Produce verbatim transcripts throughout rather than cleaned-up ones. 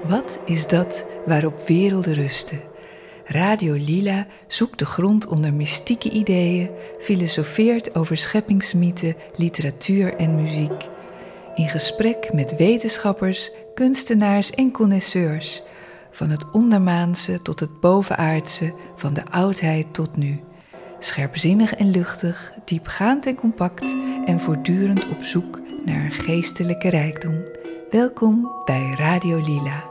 Wat is dat waarop werelden rusten? Radio Lila zoekt de grond onder mystieke ideeën, filosofeert over scheppingsmythen, literatuur en muziek. In gesprek met wetenschappers, kunstenaars en connoisseurs. Van het ondermaanse tot het bovenaardse, van de oudheid tot nu. Scherpzinnig en luchtig, diepgaand en compact en voortdurend op zoek naar geestelijke rijkdom. Welkom bij Radio Lila.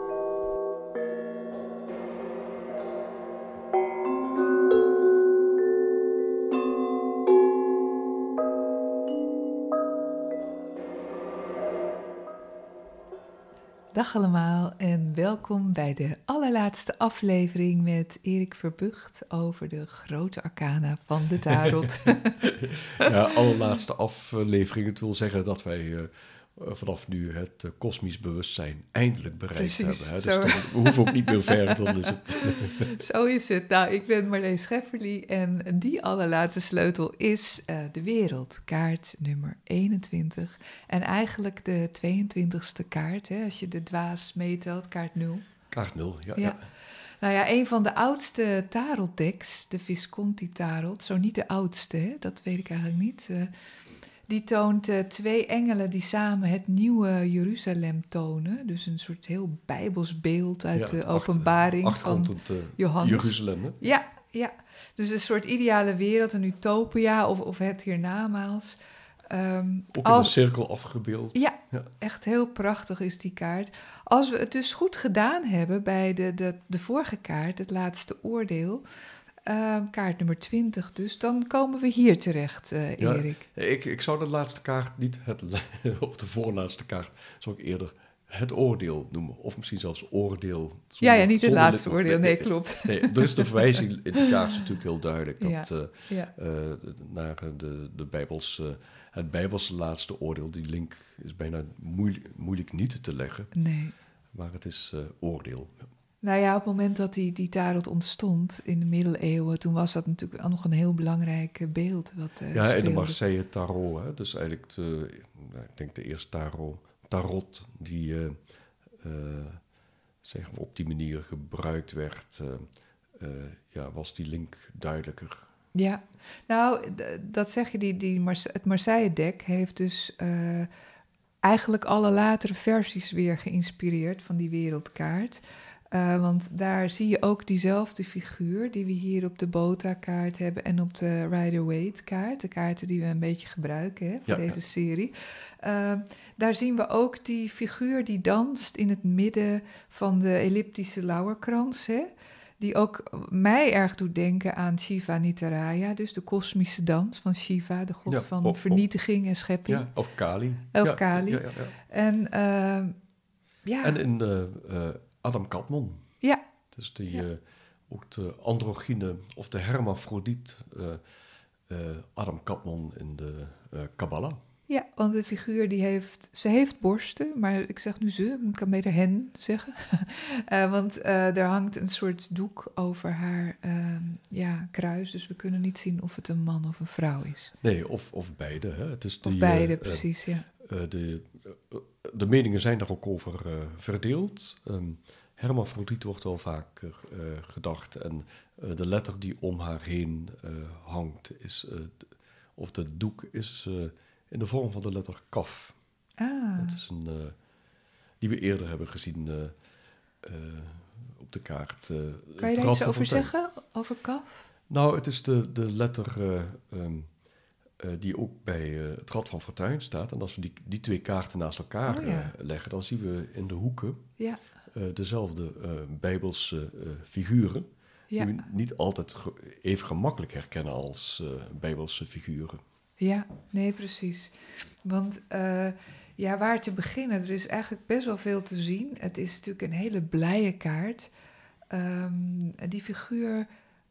Dag allemaal en welkom bij de allerlaatste aflevering met Erik Verbucht over de grote arcana van de tarot. Ja, allerlaatste aflevering. Het wil zeggen dat wij uh, vanaf nu het uh, kosmisch bewustzijn eindelijk bereikt Precies, hebben. Hè? Dus zo. dan, we hoeven ook niet meer verder, dan is het... Zo is het. Nou, ik ben Marleen Schefferly en die allerlaatste sleutel is uh, de wereld, kaart nummer eenentwintig. En eigenlijk de tweeëntwintigste kaart, hè, als je de dwaas meetelt, kaart nul. Kaart nul, ja. Ja. ja. Nou ja, een van de oudste tarotdecks, de Visconti tarot, zo niet de oudste, hè, dat weet ik eigenlijk niet. Uh, die toont uh, twee engelen die samen het nieuwe Jeruzalem tonen. Dus een soort heel bijbels beeld uit Ja, de achter- openbaring achtergrond van het, uh, Johannes. Jeruzalem, hè? Ja, ja, dus een soort ideale wereld, een utopia of, of het hiernamaals. Um, Ook in als, een cirkel afgebeeld. Ja, Ja. echt heel prachtig is die kaart. Als we het dus goed gedaan hebben bij de, de, de vorige kaart, het laatste oordeel, uh, kaart nummer twintig dus, dan komen we hier terecht, uh, Ja, Erik. Ik, ik zou de laatste kaart niet, het, of de voorlaatste kaart, zou ik eerder het oordeel noemen. Of misschien zelfs oordeel. Zonder, Ja, ja, niet het zonder laatste dit- oordeel, nee, klopt. Nee, er is de verwijzing in de kaart natuurlijk heel duidelijk dat Ja, uh, ja. uh, naar de, de Bijbels, uh, het Bijbelse laatste oordeel, die link is bijna moeilijk, moeilijk niet te leggen, Nee. maar het is uh, oordeel. Nou ja, op het moment dat die, die tarot ontstond in de middeleeuwen, toen was dat natuurlijk al nog een heel belangrijk uh, beeld wat uh, Ja, en de speelde. Marseille tarot, hè, dus eigenlijk de, nou, ik denk de eerste tarot, tarot die uh, uh, zeg maar op die manier gebruikt werd, uh, uh, ja, was die link duidelijker. Ja, nou, d- dat zeg je, die, die Marse- het Marseille-deck heeft dus uh, eigenlijk alle latere versies weer geïnspireerd van die wereldkaart. Uh, want daar zie je ook diezelfde figuur die we hier op de Bota-kaart hebben en op de Rider-Waite-kaart, de kaarten die we een beetje gebruiken hè, voor Ja, deze ja. serie. Uh, daar zien we ook die figuur die danst in het midden van de elliptische lauwerkrans, hè? Die ook mij erg doet denken aan Shiva Nitaraya, dus de kosmische dans van Shiva, de god Ja, van of- of- vernietiging en schepping. Ja, of Kali. Of ja, Kali. Ja, ja, ja. En uh, ja, En in uh, uh, Adam Kadmon. ja, Dus die, Ja. uh, ook de androgyne of de hermafrodiet uh, uh, Adam Kadmon in de uh, Kabbalah. ja, want de figuur die heeft, ze heeft borsten, maar ik zeg nu ze, ik kan beter hen zeggen. uh, want uh, er hangt een soort doek over haar uh, ja, kruis, dus we kunnen niet zien of het een man of een vrouw is. Nee, of, of beide. Hè. Het is die, Of beide, uh, precies, ja. uh, de, uh, de meningen zijn daar ook over uh, verdeeld. Um, hermafrodiet wordt wel vaker uh, gedacht. En uh, de letter die om haar heen uh, hangt, is, uh, d- of de doek is uh, in de vorm van de letter kaf. Ah, Dat is een, uh, die we eerder hebben gezien uh, uh, op de kaart. Uh, kan je het daar Rad iets van over Fortuin. zeggen, over kaf? Nou, het is de, de letter uh, um, uh, die ook bij uh, het Rad van Fortuin staat. En als we die, die twee kaarten naast elkaar Oh, ja. uh, leggen, dan zien we in de hoeken Ja, uh, dezelfde uh, Bijbelse uh, figuren. ja. Die we niet altijd ge- even gemakkelijk herkennen als uh, Bijbelse figuren. Ja, nee, precies. Want uh, ja, waar te beginnen? Er is eigenlijk best wel veel te zien. Het is natuurlijk een hele blije kaart. Um, die figuur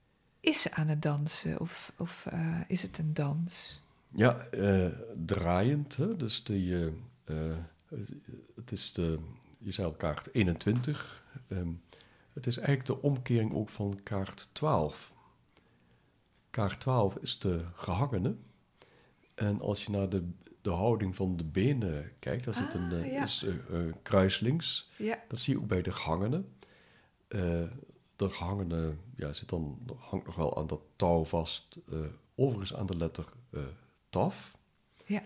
is aan het dansen of, of uh, is het een dans? Ja, uh, draaiend. Hè? Dus die, uh, uh, het, het is de, je zei al kaart eenentwintig. Um, het is eigenlijk de omkering ook van kaart twaalf. Kaart twaalf is de gehangene. En als je naar de, de houding van de benen kijkt, daar zit een Ah, uh, ja. is, uh, uh, kruislings. Ja. Dat zie je ook bij de gehangene. Uh, de gehangene ja, zit dan, hangt nog wel aan dat touw vast. Uh, overigens aan de letter uh, taf. Ja.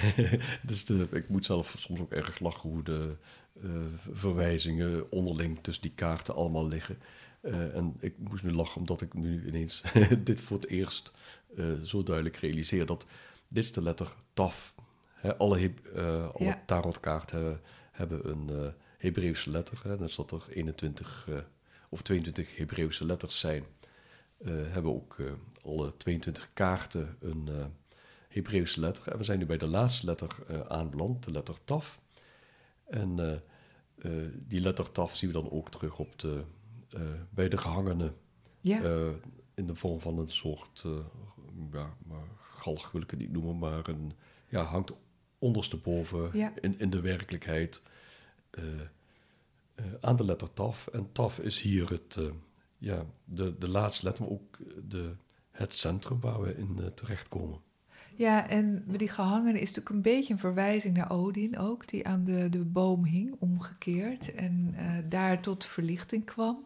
Dus de, ik moet zelf soms ook erg lachen hoe de uh, verwijzingen onderling tussen die kaarten allemaal liggen. Uh, en ik moest nu lachen omdat ik nu ineens dit voor het eerst uh, zo duidelijk realiseer. Dat dit is de letter taf. He, alle he- uh, alle Ja. tarotkaarten hebben, hebben een uh, Hebreeuwse letter. Hè. Dus dat er eenentwintig uh, of tweeëntwintig Hebreeuwse letters zijn. Uh, hebben ook uh, alle tweeëntwintig kaarten een uh, Hebreeuwse letter. En we zijn nu bij de laatste letter uh, aanbeland, de letter taf. En uh, uh, die letter taf zien we dan ook terug op de, uh, bij de gehangenen. Ja. Uh, in de vorm van een soort, uh, ja, maar galg wil ik het niet noemen, maar een, ja, hangt ondersteboven Ja. in, in de werkelijkheid uh, uh, aan de letter taf. En taf is hier het, uh, ja, de, de laatste letter, maar ook de, het centrum waar we in uh, terechtkomen. Ja, en met die gehangene is natuurlijk een beetje een verwijzing naar Odin ook, die aan de, de boom hing, omgekeerd, en uh, daar tot verlichting kwam.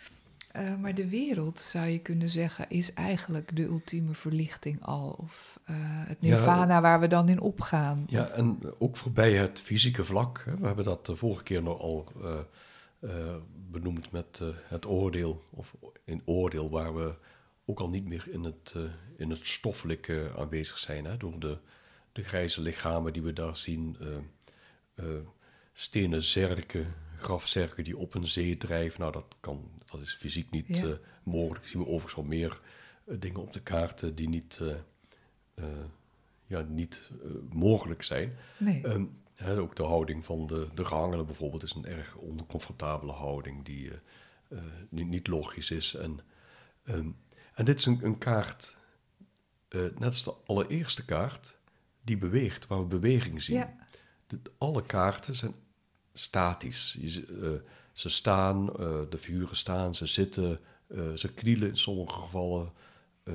Uh, maar de wereld, zou je kunnen zeggen, is eigenlijk de ultieme verlichting al. Of uh, het nirvana ja, waar we dan in opgaan. Ja, of... en ook voorbij het fysieke vlak. Hè. We hebben dat de vorige keer nog al uh, uh, benoemd met uh, het oordeel. Of in oordeel waar we ook al niet meer in het, uh, in het stoffelijke aanwezig zijn. Hè, door de, de grijze lichamen die we daar zien. Uh, uh, stenen zerken, grafzerken die op een zee drijven. Nou, dat, kan, dat is fysiek niet ja. uh, mogelijk. Zien we overigens wel meer uh, dingen op de kaarten die niet, uh, uh, ja, niet uh, mogelijk zijn. Nee. Um, hè, ook de houding van de, de gehangenen bijvoorbeeld is een erg oncomfortabele houding die uh, uh, niet, niet logisch is. En, um, en dit is een, een kaart, uh, net als de allereerste kaart, die beweegt, waar we beweging zien. Ja. De, alle kaarten zijn statisch. Je, uh, ze staan, uh, de figuren staan, ze zitten, uh, ze knielen in sommige gevallen. Uh,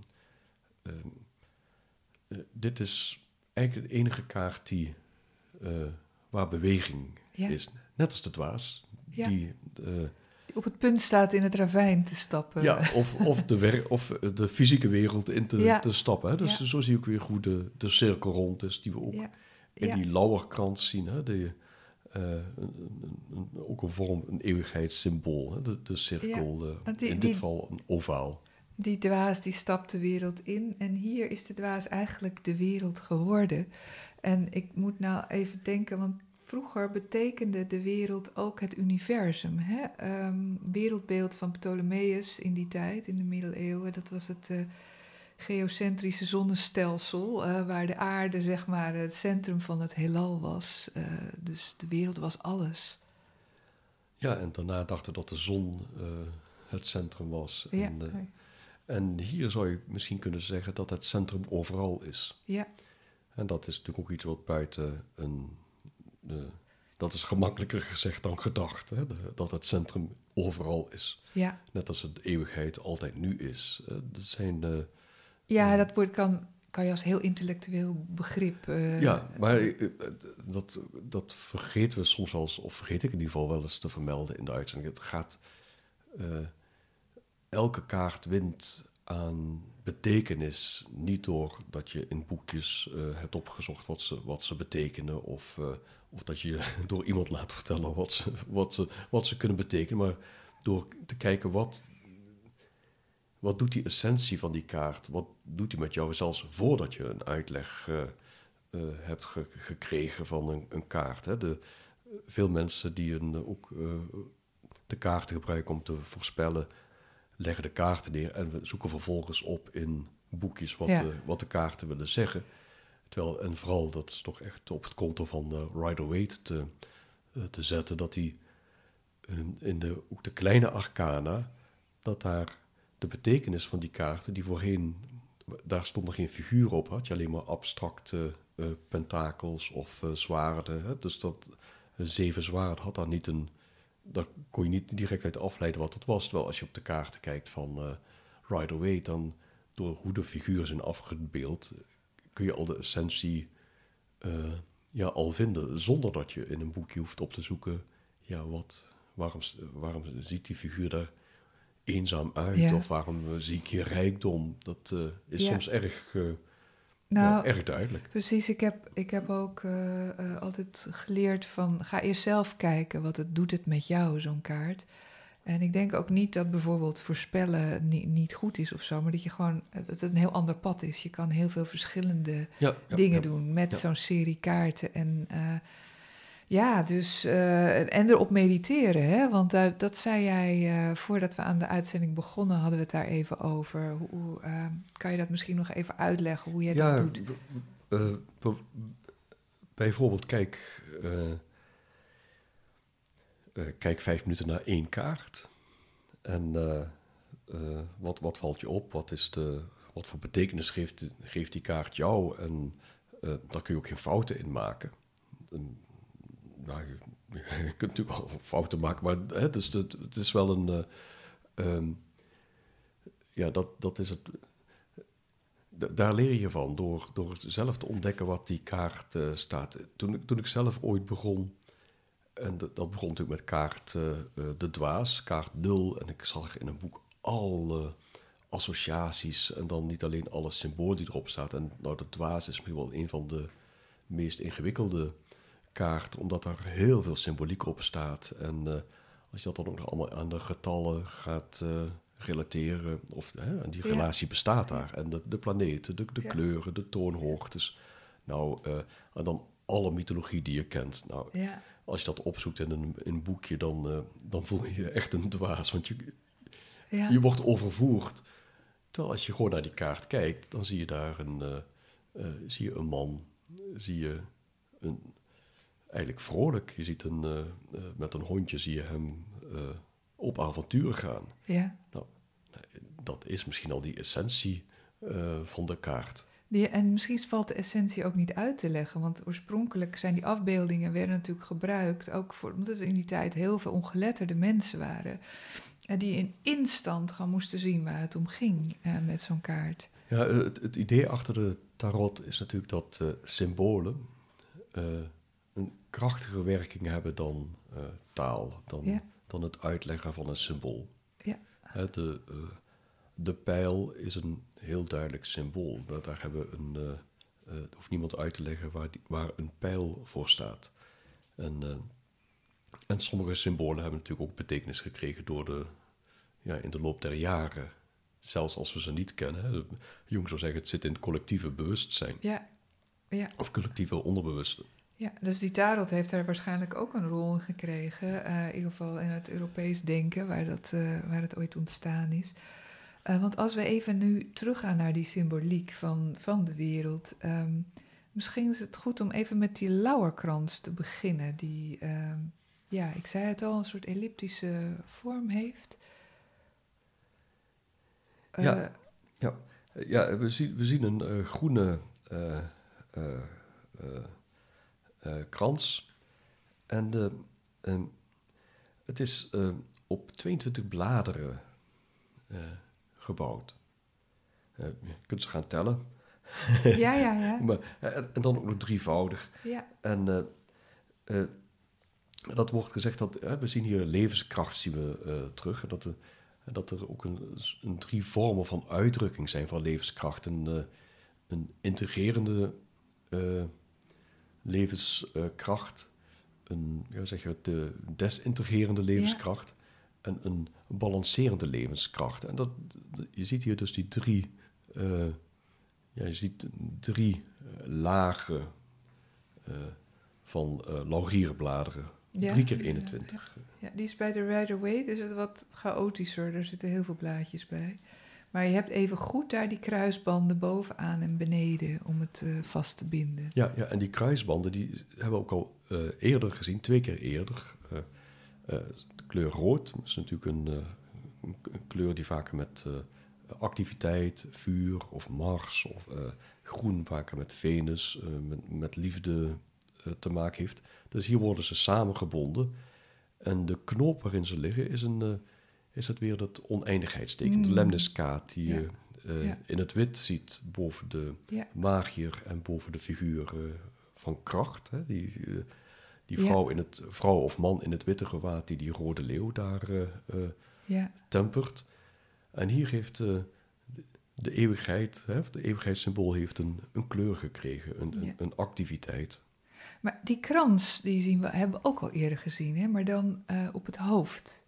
uh, uh, dit is eigenlijk de enige kaart die, uh, waar beweging ja. is. Net als de dwaas. Ja. Die, uh, die op het punt staat in het ravijn te stappen. Ja, of, of, de, wer- of de fysieke wereld in te, ja. te stappen. Hè? Dus ja. zo zie je ook weer hoe de, de cirkel rond is, die we ook... Ja. in ja. die lauwerkrans zien, hè, de, uh, een, een, een, ook een vorm, een eeuwigheidssymbool, hè, de, de cirkel, ja, uh, die, in dit die, geval een ovaal. Die dwaas die stapt de wereld in en hier is de dwaas eigenlijk de wereld geworden. En ik moet nou even denken, want vroeger betekende de wereld ook het universum. Hè? Um, wereldbeeld van Ptolemeus in die tijd, in de middeleeuwen, dat was het... Uh, geocentrische zonnestelsel, uh, waar de aarde zeg maar het centrum van het heelal was. Uh, dus de wereld was alles. Ja, en daarna dachten dat de zon uh, het centrum was. Ja, en, uh, okay. en hier zou je misschien kunnen zeggen dat het centrum overal is. Ja. En dat is natuurlijk ook iets wat buiten een... Uh, dat is gemakkelijker gezegd dan gedacht, hè? De, dat het centrum overal is. Ja. Net als het eeuwigheid altijd nu is. Uh, dat zijn... Uh, Ja, dat woord kan, kan je als heel intellectueel begrip... Uh, ja, maar uh, dat, dat vergeten we soms wel eens, of vergeet ik in ieder geval wel eens te vermelden in de uitzending. Het gaat... Uh, elke kaart wint aan betekenis, niet door dat je in boekjes uh, hebt opgezocht wat ze, wat ze betekenen, of, uh, of dat je door iemand laat vertellen wat ze, wat, ze, wat ze kunnen betekenen, maar door te kijken wat... Wat doet die essentie van die kaart? Wat doet die met jou, zelfs voordat je een uitleg uh, uh, hebt ge- gekregen van een, een kaart? Hè? De, uh, veel mensen die een, uh, ook uh, de kaarten gebruiken om te voorspellen, leggen de kaarten neer en we zoeken vervolgens op in boekjes wat, ja. de, wat de kaarten willen zeggen. Terwijl, en vooral dat is toch echt op het konto van uh, Rider-Waite te, uh, te zetten, dat die uh, in de, ook de kleine arcana, dat daar de betekenis van die kaarten, die voorheen, daar stonden geen figuren op, had je alleen maar abstracte uh, pentakels of uh, zwaarden. Hè? Dus dat uh, zeven zwaarden had daar niet een, daar kon je niet direct uit afleiden wat het was. Terwijl als je op de kaarten kijkt van uh, Rider-Waite, dan door hoe de figuren zijn afgebeeld, kun je al de essentie uh, ja, al vinden, zonder dat je in een boekje hoeft op te zoeken, ja, wat, waarom, waarom ziet die figuur daar eenzaam uit, ja. Of waarom uh, zie ik hier rijkdom? Dat uh, is ja. soms erg, uh, nou, ja, erg duidelijk. Precies, ik heb, ik heb ook uh, uh, altijd geleerd van, ga eerst zelf kijken, wat het doet het met jou, zo'n kaart. En ik denk ook niet dat bijvoorbeeld voorspellen niet, niet goed is of zo, maar dat je gewoon, dat het een heel ander pad is. Je kan heel veel verschillende ja, ja, dingen ja. doen met ja. zo'n serie kaarten. En uh, ja, dus, uh, en erop mediteren, hè? Want daar, dat zei jij, uh, voordat we aan de uitzending begonnen, hadden we het daar even over. Hoe, hoe uh, kan je dat misschien nog even uitleggen, hoe jij ja, dat doet? Uh, b- bijvoorbeeld, kijk... Uh, Uh, kijk vijf minuten naar één kaart. En uh, uh, wat, wat valt je op? Wat, is de, wat voor betekenis geeft, geeft die kaart jou? En uh, daar kun je ook geen fouten in maken. En, nou, je, je kunt natuurlijk wel fouten maken, maar hè, het, is, het, het is wel een... Uh, um, ja, dat, dat is het... D- daar leer je van, door, door zelf te ontdekken wat die kaart uh, staat. Toen, toen ik zelf ooit begon... En dat, dat begon natuurlijk met kaart uh, uh, De Dwaas, kaart nul. En ik zag in een boek alle associaties en dan niet alleen alle symbolen die erop staan. En nou, De Dwaas is misschien wel een van de meest ingewikkelde kaarten, omdat er heel veel symboliek op staat. En uh, als je dat dan ook nog allemaal aan de getallen gaat uh, relateren, of hè, die ja. relatie bestaat daar. En de, de planeten, de, de ja. kleuren, de toonhoogtes. Nou, uh, en dan alle mythologie die je kent. Nou, ja. Als je dat opzoekt in een, in een boekje, dan, uh, dan voel je je echt een dwaas. Want je, ja. je wordt overvoerd. Terwijl als je gewoon naar die kaart kijkt, dan zie je daar een, uh, uh, zie je een man. Zie je een, eigenlijk vrolijk. Je ziet een, uh, uh, met een hondje zie je hem uh, op avonturen gaan. Ja. Nou, dat is misschien al die essentie uh, van de kaart. Die, en misschien valt de essentie ook niet uit te leggen, want oorspronkelijk zijn die afbeeldingen werden natuurlijk gebruikt, ook voor, omdat er in die tijd heel veel ongeletterde mensen waren, en die in instant gewoon moesten zien waar het om ging uh, met zo'n kaart. Ja, het, het idee achter de tarot is natuurlijk dat uh, symbolen uh, een krachtige werking hebben dan uh, taal, dan, ja. dan het uitleggen van een symbool. Ja. Uh, de, uh, de pijl is een heel duidelijk symbool. Daar hebben we een, uh, uh, er hoeft niemand uit te leggen waar, die, waar een pijl voor staat. En, uh, en sommige symbolen hebben natuurlijk ook betekenis gekregen door de, ja, in de loop der jaren. Zelfs als we ze niet kennen. Hè. De Jung zou zeggen, het zit in het collectieve bewustzijn. Ja. Ja. Of collectieve onderbewuste. Ja, dus die tarot heeft daar waarschijnlijk ook een rol in gekregen. Uh, in ieder geval in het Europees denken, waar, dat, uh, waar het ooit ontstaan is. Uh, want als we even nu teruggaan naar die symboliek van, van de wereld. Um, misschien is het goed om even met die lauwerkrans te beginnen. Die, um, ja, ik zei het al, een soort elliptische vorm heeft. Uh, ja, ja. ja we, zien, we zien een uh, groene uh, uh, uh, uh, krans. En de, uh, het is uh, op tweeëntwintig bladeren uh, gebouwd. Uh, je kunt ze gaan tellen. Ja, ja, ja. maar, uh, en dan ook nog drievoudig. Ja. En uh, uh, dat wordt gezegd dat, uh, we zien hier levenskracht zien we, uh, terug. En dat, de, dat er ook een, een drie vormen van uitdrukking zijn van levenskracht. Een, uh, een integrerende uh, levenskracht. Een, ja, zeg je, de desintegrerende levenskracht. Ja. En een balancerende levenskracht. En dat, je ziet hier dus die drie, uh, ja, je ziet drie uh, lagen uh, van uh, laurierbladeren. Ja, drie keer eenentwintig. Ja, ja, die is bij de Rider-Waite, is het wat chaotischer. Er zitten heel veel blaadjes bij. Maar je hebt even goed daar die kruisbanden bovenaan en beneden om het uh, vast te binden. Ja, ja, en die kruisbanden die hebben we ook al uh, eerder gezien, twee keer eerder. Uh, uh, de kleur rood is natuurlijk een, uh, een kleur die vaker met uh, activiteit, vuur of Mars, of uh, groen vaker met Venus, uh, met, met liefde uh, te maken heeft. Dus hier worden ze samengebonden. En de knoop waarin ze liggen is, een, uh, is het weer dat oneindigheidsteken, mm. de lemniskaat die ja. je uh, ja. in het wit ziet boven de ja. magier en boven de figuur uh, van kracht. Hè? Die, uh, die Ja. vrouw, in het, vrouw of man in het witte gewaad die die rode leeuw daar uh, uh, ja. tempert. En hier heeft uh, de, de eeuwigheid, hè, de eeuwigheidssymbool heeft een, een kleur gekregen, een, Ja. een, een activiteit. Maar die krans, die zien we, hebben we ook al eerder gezien, hè? Maar dan uh, op het hoofd.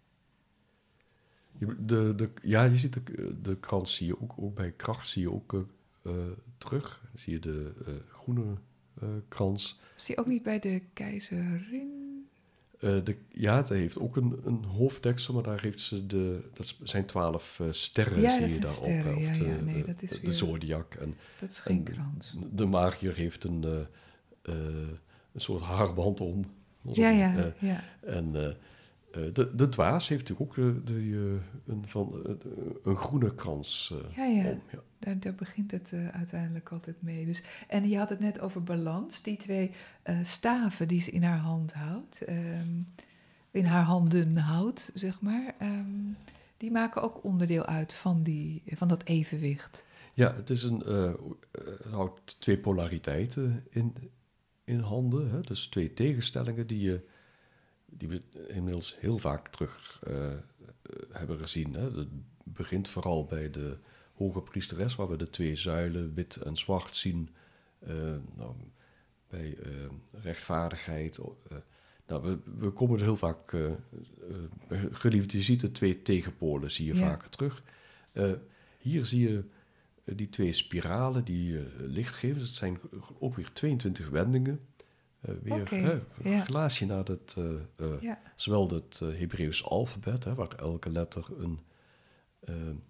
De, de, ja, je ziet de, de krans, zie je ook, ook bij kracht, zie je ook uh, uh, terug. Dan zie je de uh, groene uh, krans. Is die ook niet bij de keizerin? Uh, de, ja, ze heeft ook een, een hoofddeksel, maar daar heeft ze de, dat zijn twaalf uh, sterren, ja, zie dat je daarop. Sterren, ja, de, ja, nee, dat is de, weer, de zodiac. En, dat is geen en krans. De magier heeft een, uh, uh, een soort haarband om. Ja, een, ja, uh, ja. En uh, de, de dwaas heeft natuurlijk ook uh, de, uh, een, van, uh, een groene krans uh, ja, ja. om. Ja. Daar, daar begint het uh, uiteindelijk altijd mee. Dus, en je had het net over balans. Die twee uh, staven die ze in haar hand houdt, um, in haar handen houdt, zeg maar, um, die maken ook onderdeel uit van, die, van dat evenwicht. Ja, het is een, uh, het houdt twee polariteiten in, in handen. Hè? Dus twee tegenstellingen die, je, die we inmiddels heel vaak terug uh, hebben gezien. Hè? Het begint vooral bij de hoge priesteres, waar we de twee zuilen, wit en zwart, zien. Uh, nou, bij uh, rechtvaardigheid. Uh, nou, we, we komen er heel vaak... Uh, uh, geliefd, je ziet de twee tegenpolen, zie je ja. vaker terug. Uh, hier zie je uh, die twee spiralen die uh, licht geven. Dus het zijn ook weer tweeëntwintig wendingen. Uh, weer okay, hè, een ja. glaasje naar het, uh, uh, ja. zowel het uh, Hebreeuws alfabet, hè, waar elke letter een... Uh,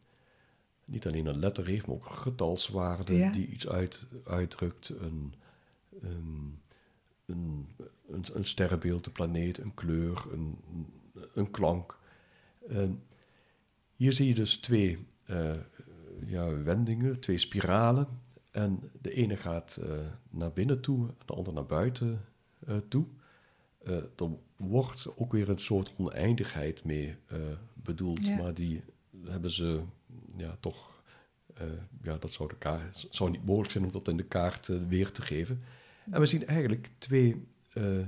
niet alleen een letter heeft, maar ook een getalswaarde ja. die iets uit, uitdrukt. Een, een, een, een, een sterrenbeeld, een planeet, een kleur, een, een klank. Uh, hier zie je dus twee uh, ja, wendingen, twee spiralen. En de ene gaat uh, naar binnen toe, de andere naar buiten uh, toe. Uh, er wordt ook weer een soort oneindigheid mee uh, bedoeld, ja. maar die hebben ze ja, toch... Uh, ja, dat zou, de kaart, zou niet mogelijk zijn om dat in de kaart uh, weer te geven. En we zien eigenlijk twee... Uh, uh,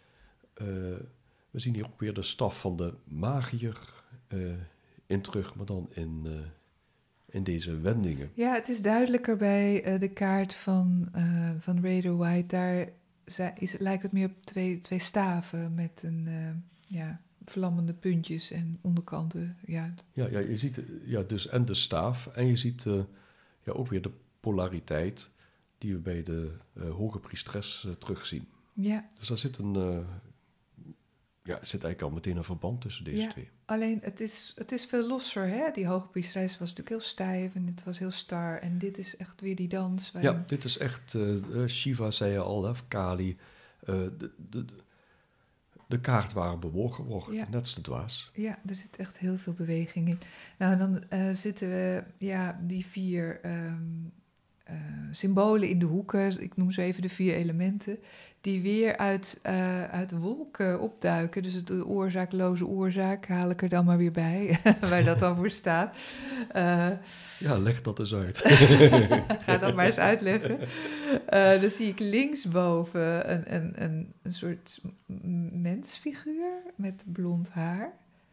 we zien hier ook weer de staf van de magier uh, in terug, maar dan in, uh, in deze wendingen. Ja, het is duidelijker bij uh, de kaart van, uh, van Rider White. Daar is, lijkt het meer op twee, twee staven met een... Uh, ja, vlammende puntjes en onderkanten, ja. Ja, ja, je ziet ja, dus en de staaf en je ziet uh, ja, ook weer de polariteit die we bij de uh, hoge priesteres uh, terugzien. Ja. Dus daar zit een, uh, ja, zit eigenlijk al meteen een verband tussen deze ja, twee. Alleen het is, het is veel losser, hè? Die hoge priesteres was natuurlijk heel stijf en het was heel star. En dit is echt weer die dans. Ja, je... dit is echt, uh, uh, Shiva zei je al, hè, Kali, uh, de... de, de De kaart waar bewogen wordt, ja. net als de dwaas. Ja, er zit echt heel veel beweging in. Nou, dan uh, zitten we, ja, die vier um, uh, symbolen in de hoeken. Ik noem zo even de vier elementen. Die weer uit, uh, uit wolken opduiken. Dus de oorzaakloze oorzaak haal ik er dan maar weer bij. Waar dat dan voor staat. Uh, ja, leg dat eens uit. Ga dat maar eens uitleggen. Uh, dan zie ik linksboven een, een, een, een soort mensfiguur met blond haar.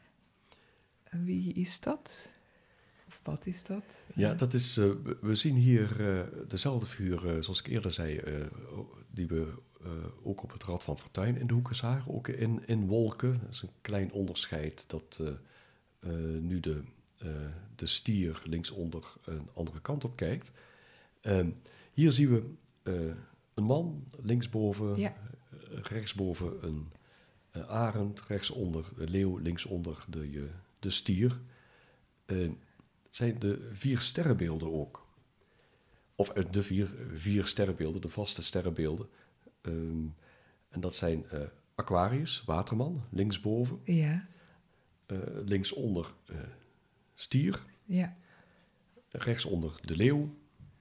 Wie is dat? Of wat is dat? Ja, dat is, uh, we zien hier uh, dezelfde figuur, uh, zoals ik eerder zei, uh, die we uh, ook op het Rad van Fortuin in de hoeken zagen. Ook in, in wolken. Dat is een klein onderscheid dat uh, uh, nu de... Uh, de stier linksonder een andere kant op kijkt. Uh, hier zien we uh, een man, linksboven, ja. uh, rechtsboven een uh, arend, rechtsonder de leeuw, linksonder de, uh, de stier. Uh, het zijn de vier sterrenbeelden ook. Of uh, de vier, vier sterrenbeelden, de vaste sterrenbeelden. Uh, en dat zijn uh, Aquarius, waterman, linksboven. Ja. Uh, linksonder... Uh, stier, ja. rechtsonder de leeuw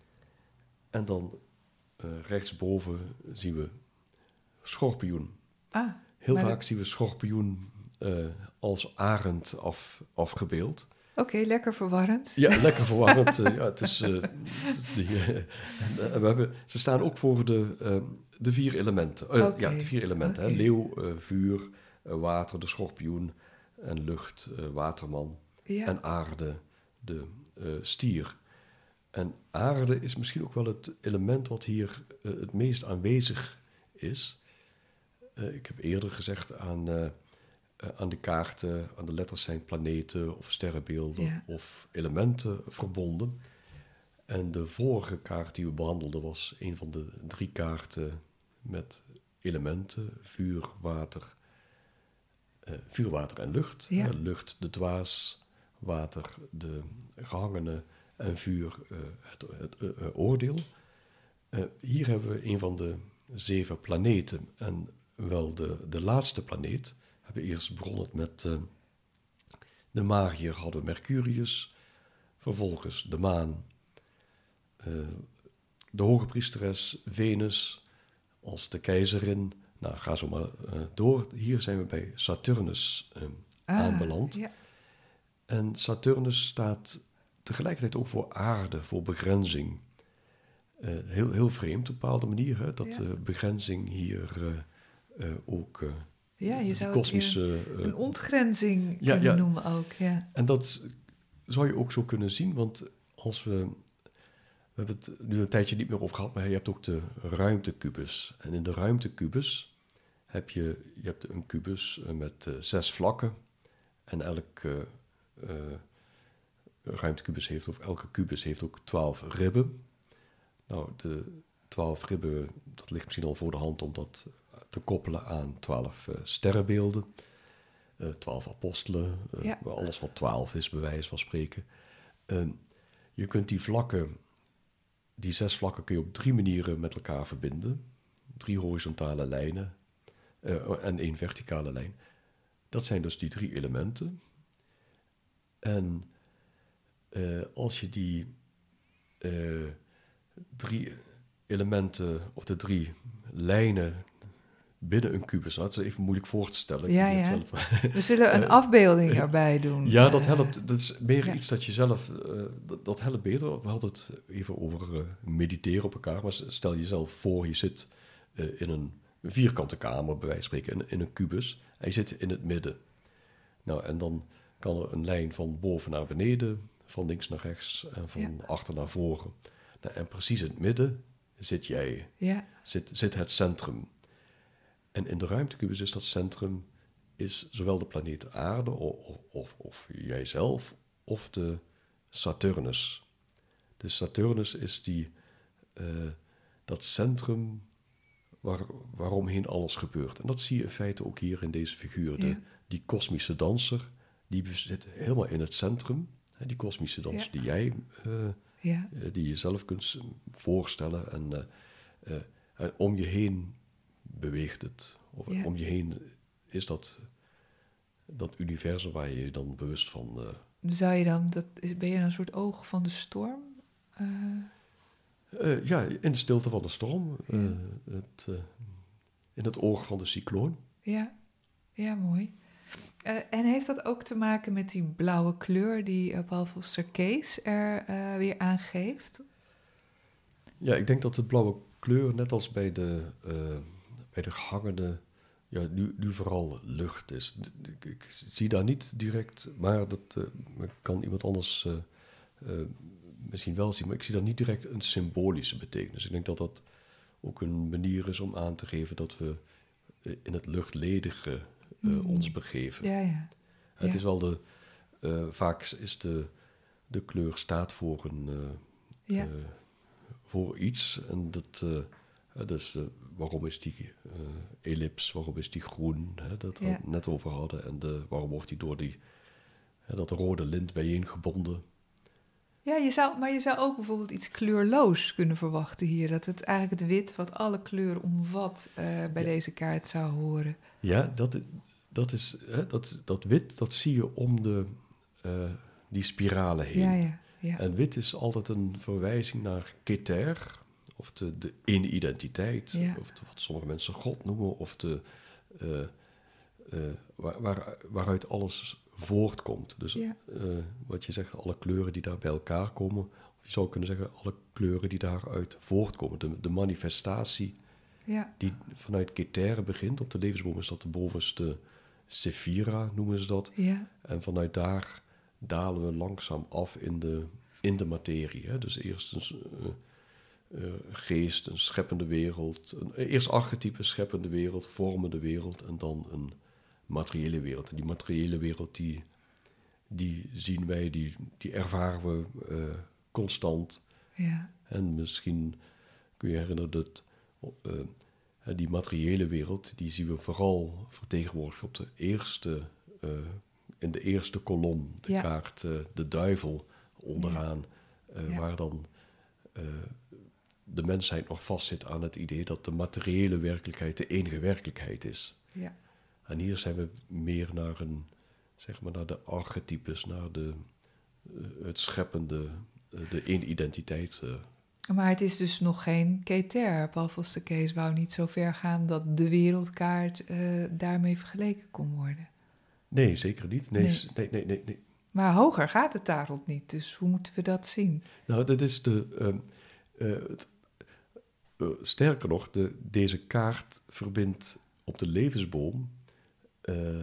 en dan uh, rechtsboven zien we schorpioen. Ah, Heel vaak de... zien we schorpioen uh, als arend af, afgebeeld. Oké, okay, lekker verwarrend. Ja, lekker verwarrend. uh, ja, het is, uh, die, uh, we hebben, ze staan ook voor de, uh, de vier elementen. Uh, okay. Ja, de vier elementen. Okay. Hè? Leeuw, uh, vuur, uh, water, de schorpioen. En lucht, uh, waterman. Ja. En aarde, de uh, stier. En aarde is misschien ook wel het element wat hier uh, het meest aanwezig is. Uh, ik heb eerder gezegd aan... Uh, Uh, aan de kaarten, aan de letters zijn planeten of sterrenbeelden ja. of elementen verbonden. En de vorige kaart die we behandelden was een van de drie kaarten met elementen, vuur, water, uh, vuur, water en lucht. Ja. Uh, lucht de dwaas, water de gehangene en vuur uh, het, het uh, uh, oordeel. Uh, hier hebben we een van de zeven planeten en wel de, de laatste planeet. We hebben eerst begonnen met uh, de magier hadden we Mercurius, vervolgens de maan, uh, de hoge priesteres Venus als de keizerin. Nou, ga zo maar uh, door. Hier zijn we bij Saturnus uh, ah, aanbeland. Ja. En Saturnus staat tegelijkertijd ook voor aarde, voor begrenzing. Uh, heel, heel vreemd op een bepaalde manier, hè, dat ja. uh, begrenzing hier uh, uh, ook... Uh, Ja, je zou kosmische, het een, een ontgrenzing ja, kunnen ja. noemen ook. Ja. En dat zou je ook zo kunnen zien, want als we... We hebben het nu een tijdje niet meer over gehad, maar je hebt ook de ruimtekubus. En in de ruimtekubus heb je, je hebt een kubus met uh, zes vlakken. En elke uh, uh, ruimtekubus heeft, of elke kubus heeft ook twaalf ribben. Nou, de twaalf ribben, dat ligt misschien al voor de hand om dat te koppelen aan twaalf uh, sterrenbeelden. Uh, twaalf apostelen, uh, ja. alles wat twaalf is, bij wijze van spreken. Uh, je kunt die vlakken, die zes vlakken kun je op drie manieren met elkaar verbinden. Drie horizontale lijnen uh, en één verticale lijn. Dat zijn dus die drie elementen. En uh, als je die uh, drie elementen, of de drie lijnen binnen een kubus, nou, het is even moeilijk voor te stellen. Ja, ja. Zelf, we zullen een afbeelding uh, erbij doen. Ja, dat helpt. Dat is meer ja. iets dat je zelf, uh, dat, dat helpt beter. We hadden het even over uh, mediteren op elkaar, maar stel jezelf voor, je zit uh, in een vierkante kamer, bij wijze van spreken, in, in een kubus, en je zit in het midden. Nou, en dan kan er een lijn van boven naar beneden, van links naar rechts en van ja. achter naar voren. Nou, en precies in het midden zit jij, ja. zit, zit het centrum. En in de ruimtekubus is dat centrum is zowel de planeet Aarde of, of, of jijzelf of de Saturnus. De Saturnus is die, uh, dat centrum waar, waaromheen alles gebeurt. En dat zie je in feite ook hier in deze figuur. De, ja. Die kosmische danser, die zit helemaal in het centrum. Hè, die kosmische danser ja. die jij, uh, ja. uh, die je zelf kunt voorstellen. En uh, uh, uh, om je heen beweegt het. Of ja. om je heen is dat, dat universum waar je je dan bewust van... Uh, Zou je dan, dat is, ben je dan een soort oog van de storm? Uh... Uh, ja, in de stilte van de storm. Ja. Uh, het, uh, in het oog van de cycloon. Ja, ja, mooi. Uh, en heeft dat ook te maken met die blauwe kleur die uh, Paul Foster Case er uh, weer aangeeft? Ja, ik denk dat de blauwe kleur, net als bij de, uh, bij de gehangene, ja, nu, nu vooral lucht is. Ik, ik zie daar niet direct, maar dat uh, kan iemand anders uh, uh, misschien wel zien, maar ik zie daar niet direct een symbolische betekenis. Ik denk dat dat ook een manier is om aan te geven dat we in het luchtledige uh, mm. ons begeven. Ja, ja. Het ja. is wel de, uh, vaak is de, de kleur staat voor een, uh, ja. uh, voor iets. En dat, uh, dus uh, waarom is die uh, ellips, waarom is die groen, hè, dat we ja. het net over hadden. En de, waarom wordt die door die, hè, dat rode lint bijeengebonden. Ja, je zou, maar je zou ook bijvoorbeeld iets kleurloos kunnen verwachten hier. Dat het eigenlijk het wit wat alle kleur omvat uh, bij ja. deze kaart zou horen. Ja, dat, dat is hè, dat, dat wit, dat zie je om de, uh, die spiralen heen. Ja, ja, ja. En wit is altijd een verwijzing naar Keter, of de, de ene identiteit, ja. of de, wat sommige mensen God noemen, of de, uh, uh, waar, waar, waaruit alles voortkomt. Dus Ja. uh, wat je zegt, alle kleuren die daar bij elkaar komen, of je zou kunnen zeggen, alle kleuren die daaruit voortkomen. De, de manifestatie Ja. die vanuit Keter begint. Op de levensboom is dat de bovenste Sephira, noemen ze dat. Ja. En vanuit daar dalen we langzaam af in de, in de materie. Hè? Dus eerst een uh, uh, geest, een scheppende wereld. Een, eerst archetype scheppende wereld, vormende wereld en dan een materiële wereld. En die materiële wereld, die, die zien wij, die, die ervaren we uh, constant. Ja. En misschien kun je herinneren dat uh, die materiële wereld, die zien we vooral vertegenwoordigd op de eerste, uh, in de eerste kolom, de ja. kaart, uh, de duivel onderaan, ja. Uh, ja. waar dan uh, de mensheid nog vastzit aan het idee dat de materiële werkelijkheid de enige werkelijkheid is. Ja. En hier zijn we meer naar een, zeg maar, naar de archetypes, naar de, uh, het scheppende, uh, de één identiteit. Uh. Maar het is dus nog geen Keter. Paul Foster Case wou niet zo ver gaan dat de wereldkaart uh, daarmee vergeleken kon worden. Nee, zeker niet. Nee, nee. nee, nee, nee, nee. Maar hoger gaat de tarot niet, dus hoe moeten we dat zien? Nou, dat is de... Uh, uh, het, uh, sterker nog, de, deze kaart verbindt op de levensboom uh,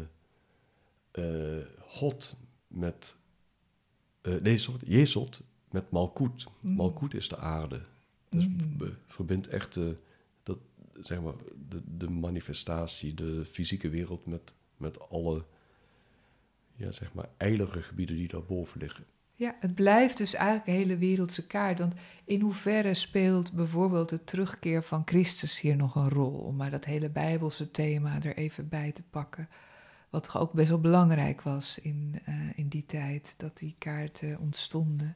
uh, God met... Uh, nee, sorry, Jesod met Malkoet. Mm. Malkoet is de aarde. Dus mm. be, verbindt echt de, dat, zeg maar, de, de manifestatie, de fysieke wereld met, met alle, ja, zeg maar, ijlere gebieden die daarboven liggen. Ja, het blijft dus eigenlijk een hele wereldse kaart. Want in hoeverre speelt bijvoorbeeld de terugkeer van Christus hier nog een rol? Om maar dat hele Bijbelse thema er even bij te pakken. Wat toch ook best wel belangrijk was in, uh, in die tijd, dat die kaarten ontstonden.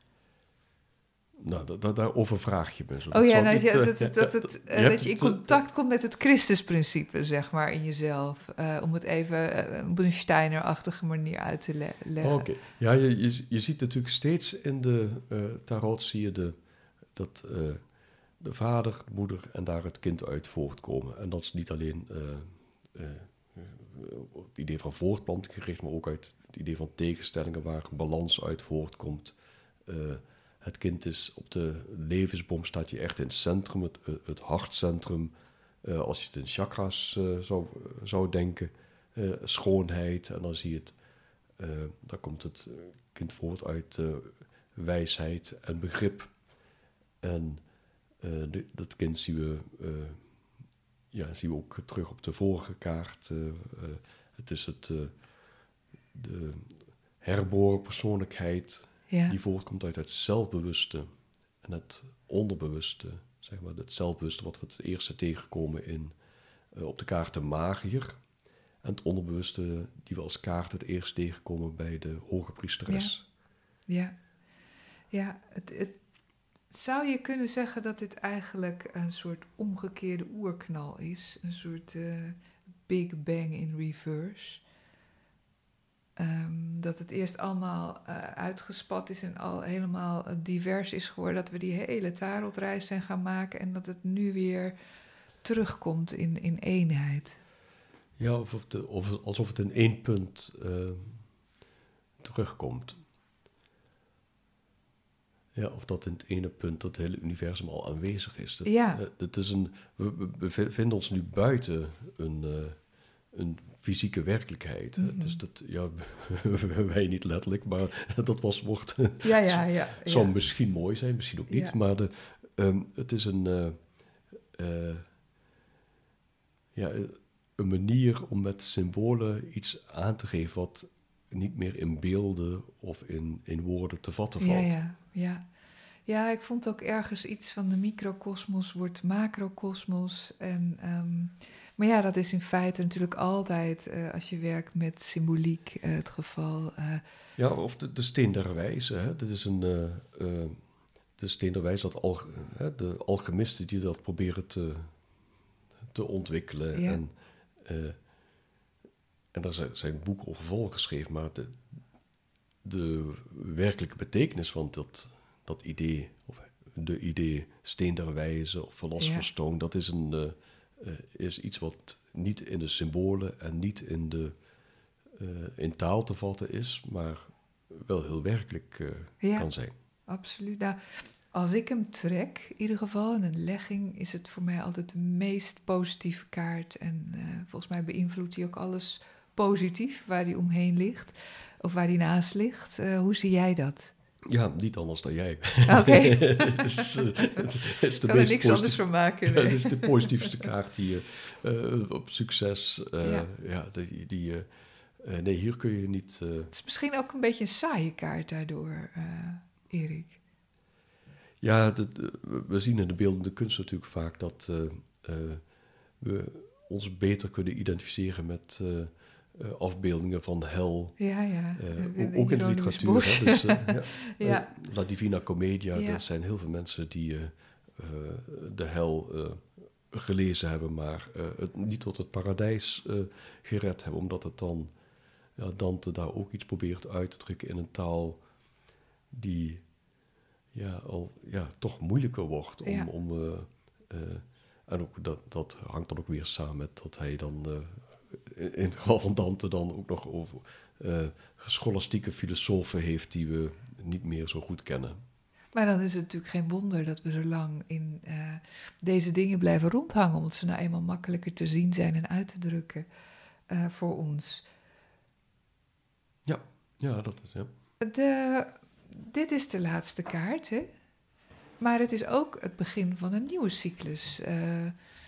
Nou, da- da- daarover vraag je me zo. Oh ja, nou, niet, ja uh, dat, dat, dat, dat, uh, dat je in contact komt met het Christusprincipe, zeg maar, in jezelf. Uh, om het even uh, op een Steiner-achtige manier uit te le- leggen. Oké, okay. Ja, je, je, je ziet natuurlijk steeds in de uh, tarot, zie je de, dat uh, de vader, de moeder en daar het kind uit voortkomen. En dat is niet alleen uh, uh, op het idee van voortplanting gericht, maar ook uit het idee van tegenstellingen waar balans uit voortkomt. Uh, Het kind is op de levensboom, staat je echt in het centrum, het, het hartcentrum. Uh, als je het in chakras uh, zou, zou denken, uh, schoonheid. En dan zie je het, uh, daar komt het kind voort uit uh, wijsheid en begrip. En uh, de, dat kind zien we, uh, ja, zien we ook terug op de vorige kaart. Uh, uh, het is het, uh, de herboren persoonlijkheid. Ja. Die voortkomt uit het zelfbewuste en het onderbewuste, zeg maar, het zelfbewuste wat we het eerste tegenkomen in, uh, op de kaart de magier. En het onderbewuste die we als kaart het eerst tegenkomen bij de hoge priesteres. Ja, ja. ja het, het, zou je kunnen zeggen dat dit eigenlijk een soort omgekeerde oerknal is? Een soort uh, Big Bang in reverse? Um, dat het eerst allemaal uh, uitgespat is en al helemaal uh, divers is geworden. Dat we die hele tarotreis zijn gaan maken en dat het nu weer terugkomt in, in eenheid. Ja, of, de, of alsof het in één punt uh, terugkomt. Ja, of dat in het ene punt dat het hele universum al aanwezig is. Dat, ja. Uh, dat is een, we, we bevinden ons nu buiten een... Uh, een fysieke werkelijkheid. Mm-hmm. Dus dat, ja, wij niet letterlijk, maar dat was wordt. Ja, ja, ja. Zou ja. misschien mooi zijn, misschien ook niet, ja. Maar de, um, het is een, uh, uh, ja, een manier om met symbolen iets aan te geven wat niet meer in beelden of in, in woorden te vatten valt. Ja, ja, ja. Ja, ik vond ook ergens iets van de microcosmos wordt macrocosmos. En, um, maar ja, dat is in feite natuurlijk altijd, uh, als je werkt met symboliek, uh, het geval. Uh, ja, of de, de steen der wijze. Hè? Dit is een, uh, uh, de steen der wijze, dat al, uh, de alchemisten die dat proberen te, te ontwikkelen. Ja. En, uh, en daar zijn, zijn boeken over volgeschreven, maar de, de werkelijke betekenis van dat... Dat idee, of de idee steen der wijze of Philosopher's Stone, ja. Dat is, een, uh, uh, is iets wat niet in de symbolen en niet in de uh, in taal te vatten is, maar wel heel werkelijk uh, ja, kan zijn. Absoluut. Nou, als ik hem trek, in ieder geval in een legging, is het voor mij altijd de meest positieve kaart. En uh, volgens mij beïnvloedt hij ook alles positief waar hij omheen ligt, of waar hij naast ligt. Uh, hoe zie jij dat? Ja, niet anders dan jij. Oké. Okay. Het is, uh, het is de kan er niks anders van maken. Nee. Het is de positiefste kaart die je uh, op succes... Uh, ja. ja, die... die uh, uh, nee, hier kun je niet... Uh... Het is misschien ook een beetje een saaie kaart daardoor, uh, Erik. Ja, de, de, we zien in de beeldende kunst natuurlijk vaak dat uh, uh, we ons beter kunnen identificeren met... Uh, Uh, afbeeldingen van hel. Ja, ja. Uh, ook in de literatuur. Hè? Dus, uh, ja. ja. uh, La Divina Commedia, ja. dat zijn heel veel mensen die uh, uh, de hel uh, gelezen hebben, maar uh, het niet tot het paradijs uh, gered hebben, omdat het dan, ja, Dante daar ook iets probeert uit te drukken in een taal die ja, al ja, toch moeilijker wordt. Om, ja. om, uh, uh, en ook dat, dat hangt dan ook weer samen met dat hij dan... Uh, in het geval van Dante dan ook nog over uh, scholastieke filosofen heeft die we niet meer zo goed kennen. Maar dan is het natuurlijk geen wonder dat we zo lang in uh, deze dingen blijven rondhangen, omdat ze nou eenmaal makkelijker te zien zijn en uit te drukken uh, voor ons. Ja, ja, dat is ja. De, dit is de laatste kaart, hè? Maar het is ook het begin van een nieuwe cyclus. Uh,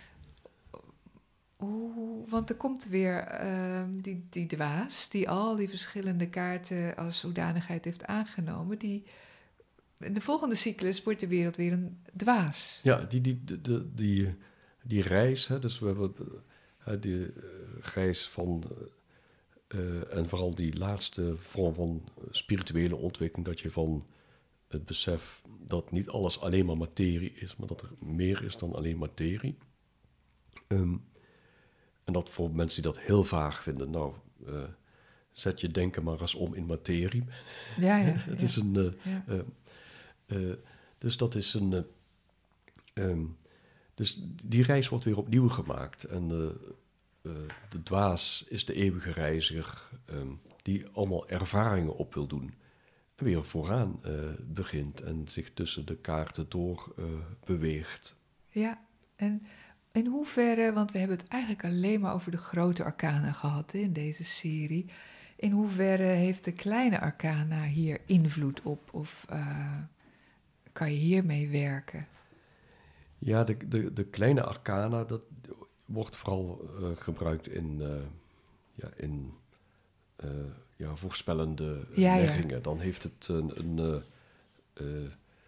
Oeh, want er komt weer uh, die, die dwaas, die al die verschillende kaarten als zodanigheid heeft aangenomen. Die, in de volgende cyclus wordt de wereld weer een dwaas. Ja, die, die, die, die, die, die reis, hè, dus we hebben uh, die uh, reis van, uh, en vooral die laatste vorm van spirituele ontwikkeling, dat je van het besef dat niet alles alleen maar materie is, maar dat er meer is dan alleen materie. Um, En dat voor mensen die dat heel vaag vinden, nou, uh, zet je denken maar eens om in materie. Ja, ja. Het ja. is een, uh, ja. uh, uh, dus dat is een, uh, um, dus die reis wordt weer opnieuw gemaakt. En uh, uh, de dwaas is de eeuwige reiziger um, die allemaal ervaringen op wil doen. En weer vooraan uh, begint en zich tussen de kaarten door uh, beweegt. Ja, en... In hoeverre, want we hebben het eigenlijk alleen maar over de grote arcana gehad hè, in deze serie. In hoeverre heeft de kleine arcana hier invloed op? Of uh, kan je hiermee werken? Ja, de, de, de kleine arcana, dat wordt vooral uh, gebruikt in, uh, ja, in uh, ja, voorspellende ja, leggingen. Ja. Dan heeft het een... een uh,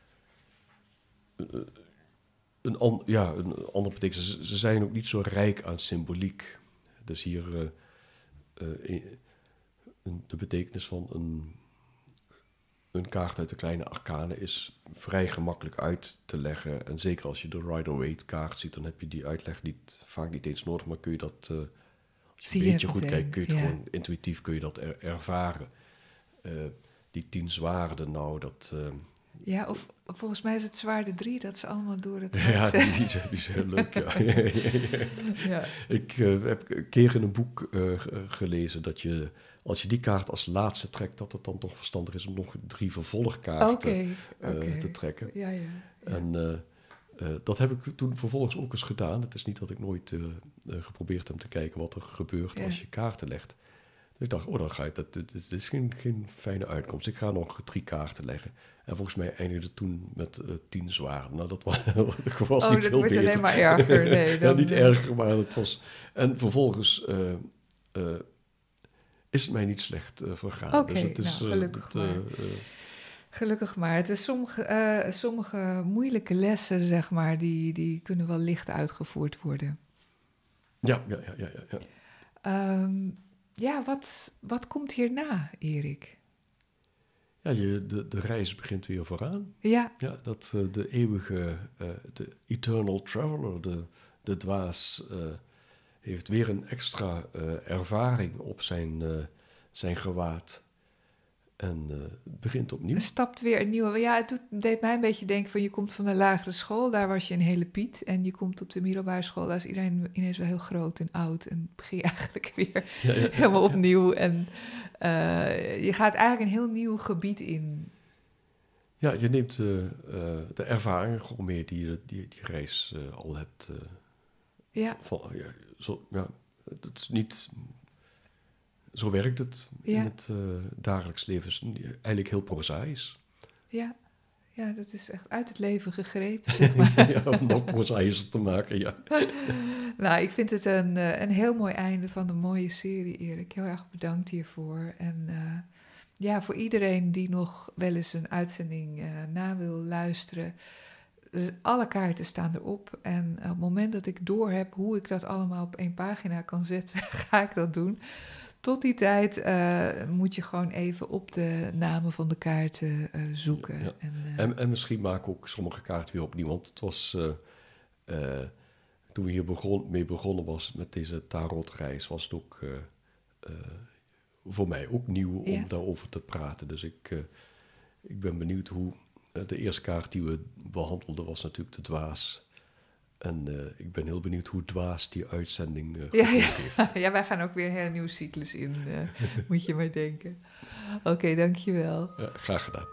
uh, Een, an, ja, een andere betekenis. Ze, ze zijn ook niet zo rijk aan symboliek. Dus hier uh, uh, een, de betekenis van een, een kaart uit de kleine arcane is vrij gemakkelijk uit te leggen. En zeker als je de Rider-Waite kaart ziet, dan heb je die uitleg niet, vaak niet eens nodig. Maar kun je dat, uh, als je Zie een je beetje goed meteen. kijkt, kun je het ja. gewoon intuïtief kun je dat er, ervaren. Uh, die tien zwaarden, nou, dat... Uh, Ja, of volgens mij is het zwaarde drie, dat ze allemaal door het ja, hart die, die, zijn, die zijn leuk, ja. ja. Ik uh, heb een keer in een boek uh, gelezen dat je, als je die kaart als laatste trekt, dat het dan toch verstandig is om nog drie vervolgkaarten okay, okay. uh, te trekken. Ja, ja, ja. En uh, uh, dat heb ik toen vervolgens ook eens gedaan. Het is niet dat ik nooit uh, uh, geprobeerd heb te kijken wat er gebeurt ja. als je kaarten legt. Dus ik dacht, oh, dan ga ik dat. Dit is geen, geen fijne uitkomst. Ik ga nog drie kaarten leggen. En volgens mij eindigde het toen met uh, tien zwaarden. Nou, dat was, dat was oh, niet dat veel wordt beter. alleen maar erger. Nee, dan, ja, niet erger, maar het was... En vervolgens uh, uh, is het mij niet slecht uh, vergaan. Oké, okay, dus nou, gelukkig uh, maar. Uh, uh, gelukkig maar. Het is sommige, uh, sommige moeilijke lessen, zeg maar, die, die kunnen wel licht uitgevoerd worden. Ja, ja, ja, ja. ja, ja. Um, ja, wat, wat komt hierna, Erik? Ja, je, de, de reis begint weer vooraan. Ja. Ja, dat uh, de eeuwige, uh, de eternal traveler, de, de dwaas, uh, heeft weer een extra uh, ervaring op zijn, uh, zijn gewaad. En uh, het begint opnieuw. Er stapt weer een nieuwe... Ja, het doet, deed mij een beetje denken van... je komt van de lagere school, daar was je een hele Piet. En je komt op de middelbare school, daar is iedereen ineens wel heel groot en oud. En begin je eigenlijk weer ja, ja, ja, helemaal opnieuw. En uh, je gaat eigenlijk een heel nieuw gebied in. Ja, je neemt uh, uh, de ervaring gewoon mee die je die, die reis uh, al hebt. Uh, ja. Van, ja, zo, ja, het is niet... Zo werkt het ja. in het uh, dagelijks leven. Eigenlijk heel prozaïs. Ja. ja, dat is echt uit het leven gegrepen, zeg maar. Ja, om nog prozaïser te maken, ja. Nou, ik vind het een, een heel mooi einde van een mooie serie, Erik. Heel erg bedankt hiervoor. En uh, ja, voor iedereen die nog wel eens een uitzending uh, na wil luisteren... Dus alle kaarten staan erop. En op het moment dat ik doorheb hoe ik dat allemaal op één pagina kan zetten... ga ik dat doen. Tot die tijd uh, moet je gewoon even op de namen van de kaarten uh, zoeken. Ja, ja. En, uh, en, en misschien maak ik ook sommige kaarten weer opnieuw. Want het was, uh, uh, toen we hier begon, mee begonnen was met deze tarotreis... was het ook uh, uh, voor mij ook nieuw om ja. daarover te praten. Dus ik, uh, ik ben benieuwd hoe... Uh, de eerste kaart die we behandelden was natuurlijk de dwaas... En uh, ik ben heel benieuwd hoe dwaas die uitzending uh, ja, ja. heeft. Ja, wij gaan ook weer een hele nieuwe cyclus in, uh, moet je maar denken. Oké, okay, dankjewel. Ja, graag gedaan.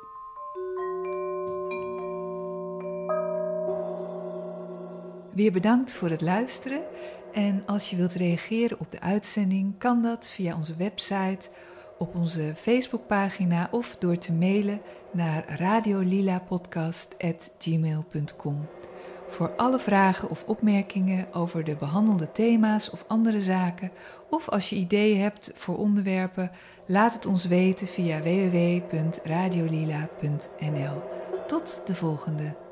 Weer bedankt voor het luisteren. En als je wilt reageren op de uitzending, kan dat via onze website, op onze Facebookpagina of door te mailen naar radiolilapodcast at gmail punt com. Voor alle vragen of opmerkingen over de behandelde thema's of andere zaken, of als je ideeën hebt voor onderwerpen, laat het ons weten via w w w punt radiolila punt n l. Tot de volgende.